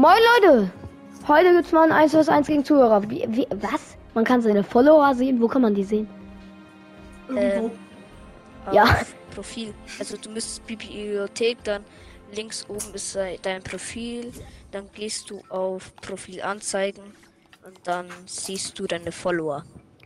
Moin Leute! Heute gibt's mal ein 1 vs 1 gegen Zuhörer. Was? Man kann seine Follower sehen? Wo kann man die sehen? Ja. Auf Profil. Also du müsstest Bibliothek, dann links oben ist dein Profil, dann gehst du auf Profil anzeigen und dann siehst du deine Follower.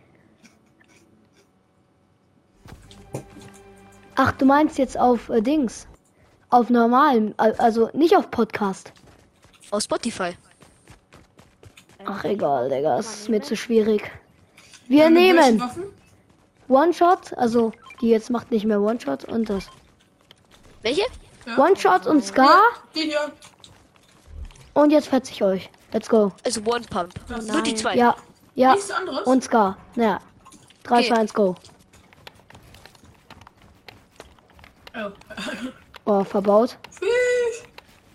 Ach, du meinst jetzt auf Dings? Auf normalem, also nicht auf Podcast. Auf Spotify. Ach egal, Digga, es ist mir zu schwierig. Wir nehmen One-Shot, also die jetzt macht nicht mehr One-Shot und das. Welche? Ja. One-Shot und Scar Die hier. und jetzt fetze ich euch. Let's go. Also One Pump. Nur die zwei. Ja, ja. Nichts anderes? Und Scar. Ja. 3, Okay. 2, 1, go. Oh. Oh, verbaut. Fisch.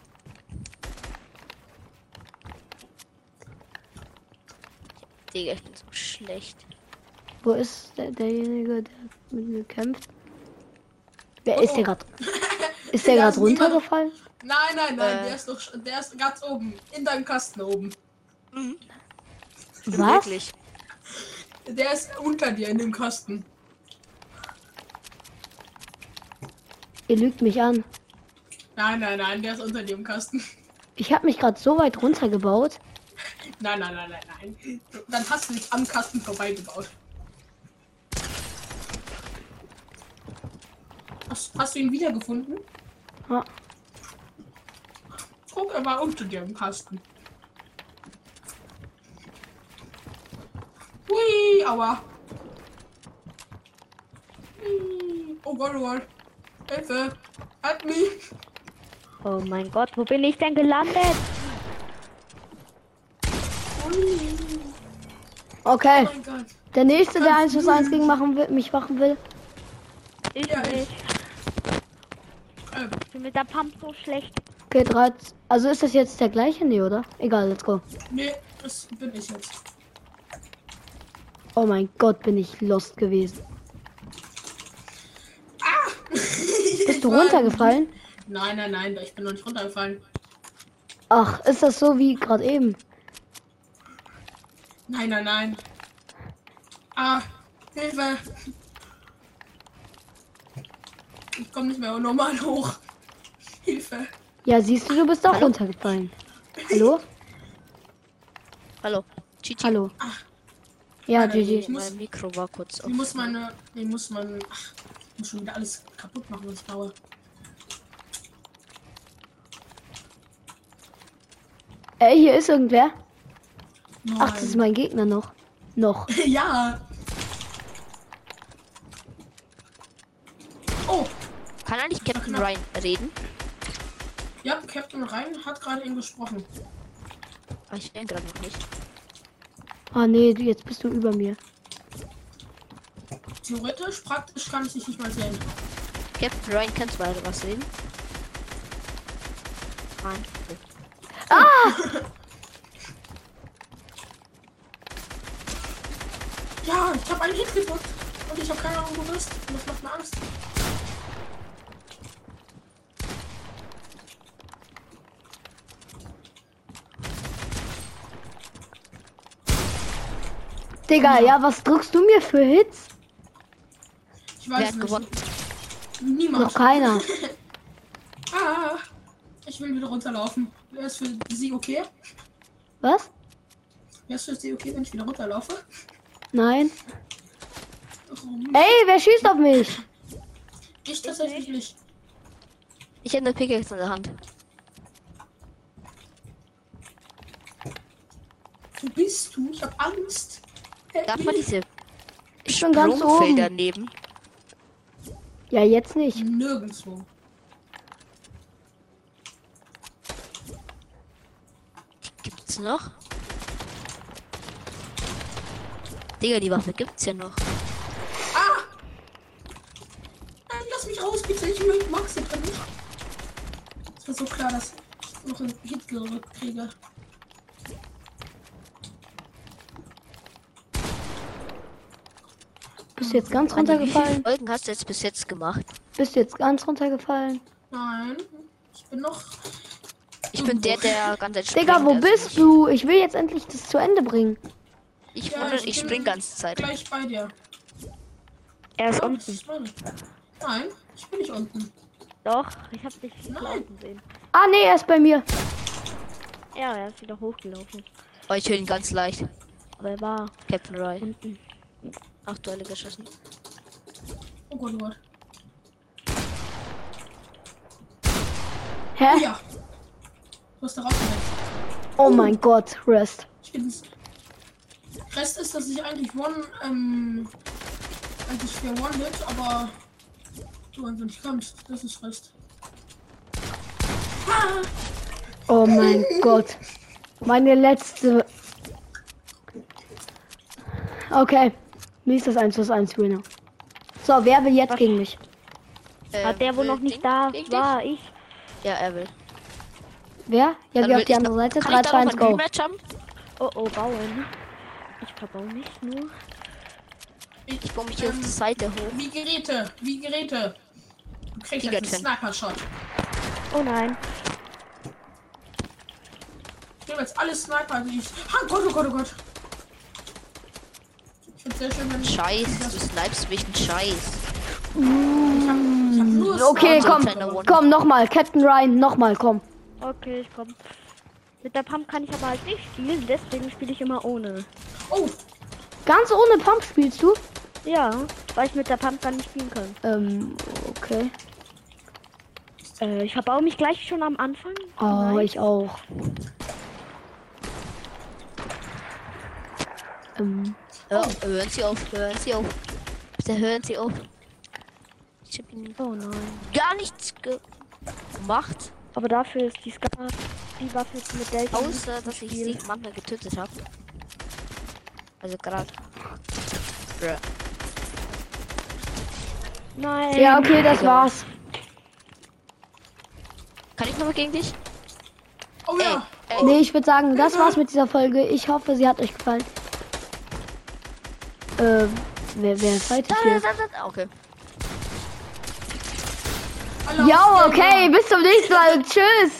Digga, ich bin so schlecht. Wo ist derjenige, der mit mir kämpft? Wer ist der gerade? Ist der Ja, gerade ist niemand- runtergefallen? Nein, der ist ganz oben. In deinem Kasten oben. Was? Wirklich. Der ist unter dir in dem Kasten. Ihr lügt mich an. Nein, der ist unter dir im Kasten. Ich habe mich gerade so weit runtergebaut. Nein. Dann hast du dich am Kasten vorbeigebaut. Hast du ihn wiedergefunden? Ja. Guck, er war unter dir im Kasten. Hui, aua. Hui. Oh Gott, oh Gott. Hilfe. Help me. Oh mein Gott, wo bin ich denn gelandet? Hui. Okay. Oh mein Gott. Der nächste, der 1 vs 1 gegen mich machen will. Ich Ja, nicht. Ich bin mit der Pump so schlecht. Okay, 3. Also ist das jetzt der gleiche? Nee, oder? Egal, let's go. Nee, das bin ich jetzt. Oh mein Gott, bin ich lost gewesen. Bist du runtergefallen? Nein, ich bin noch nicht runtergefallen. Ach, ist das so wie gerade eben? Nein. Ah, Hilfe. Ich komme nicht mehr normal hoch. Hilfe. Ja, siehst du, du bist auch runtergefallen. Hallo? Hallo. Chichi. Hallo. Ja, Nein, GG. ich muss- Mein Mikro war kurz auf. Ach, ich muss schon wieder alles kaputt machen, was ich baue. Ey, hier ist irgendwer. Nein. Ach, das ist mein Gegner noch. Noch. Ja. Oh, Kann eigentlich Captain Ryan reden? ja, Captain Ryan hat gerade ihn gesprochen. Aber ich denke gerade noch nicht. Ah nee, jetzt bist du über mir. Theoretisch, praktisch kann ich dich nicht mal sehen. Captain Ryan, kannst du weiter was reden? Nein. Ja, ich habe einen Hit gedrückt. Und ich habe keine Ahnung, wo du bist. Und das macht mir Angst. Digga, ja, was drückst du mir für Hits? Ich Wer weiß hat nicht. gewonnen? Niemand. Noch keiner. Ah, ich will wieder runterlaufen. Wäre es für sie okay? Was? Wäre es für sie okay, wenn ich wieder runterlaufe? Nein. Warum? Ey, wer schießt auf mich? Ich tatsächlich nicht. Ich hätte eine Pickaxe in der Hand. Wo bist du? Ich hab Angst. Darf man diese Ich bin ganz Sprungfelder oben. nehmen? Ja, jetzt nicht. Nirgendwo. Gibt's noch? Digga, die Waffe gibt's ja noch. Ah! Nein, lass mich raus, bitte. Ich mag sie drin nicht. Es war so klar, dass ich noch einen Hit gerückt kriege. Bist du jetzt ganz Wie viele runtergefallen? Folgen hast du jetzt bis jetzt gemacht? Bist du jetzt ganz runtergefallen? Nein, ich bin noch Ich bin der ganz Digga, wo bist du? Ich will jetzt endlich das zu Ende bringen. Ich bin spring ganze Zeit. Gleich bei dir. Er ist Oh, unten. Nein, ich bin nicht unten. Doch, ich hab dich Nein. unten sehen. Ah, nee, er ist bei mir. Ja, er ist wieder hochgelaufen. Oh, ich höre ihn ganz leicht. Aber er war Captain Ray. unten. Aktuelle geschossen. Oh Gott, oh Gott. Hä? Ja. Du hast da rausgewählt. Oh mein Gott, Rest. Ich bin's. Rest ist, dass ich eigentlich eigentlich für One-Hit, aber du einfach nicht kannst. Das ist Rest. Ah! Oh mein Gott. Meine letzte. Okay. Wie ist das 1:1 Winner? So, wer will jetzt gegen mich? Hat der, wo noch nicht da war, ich. Ja, er will. Wer? Ja, Dann geh will auf die ich andere noch- Seite. Kann 3, ich da 2, noch 1, ein go. Rematch haben? Oh, bauen. Ich verbau nicht nur. Ich baue mich hier auf die Seite hoch. Wie Geräte. Du kriegst jetzt einen Tigerchen. Sniper-Shot. Oh nein. Ich nehme jetzt alle Sniper, die ich. Ah, Gott, oh Gott, oh Gott. Ich find's sehr schön, wenn Scheiß, du snipest mich, ein Scheiß. Ich hab nur Okay, Sniper. komm. Kleiner One. Komm, nochmal. Captain Ryan, nochmal, komm. Okay, ich komm. Mit der Pump kann ich aber halt nicht spielen, deswegen spiele ich immer ohne. Oh, Ganz ohne Pump spielst du? Ja, weil ich mit der Pump gar nicht spielen kann. Okay. Ich verbau mich gleich schon am Anfang. Oh, Nein. ich auch. Ja, hören Sie auf, hören Sie auf. Bitte hören Sie auf. Ich hab Ihnen Oh nein. gar nichts gemacht, Aber dafür ist die Scar die Waffe, mit der ich außer dass ich sie manchmal getötet habe. Also gerade. Nein. Ja, okay, das war's. Kann ich nochmal gegen dich? oh ja. Ey, Nee, ich würde sagen, das war's mit dieser Folge. Ich hoffe, sie hat euch gefallen. Wer fightet hier? Okay. Alle Ja, auf okay, bis zum nächsten Mal. Tschüss.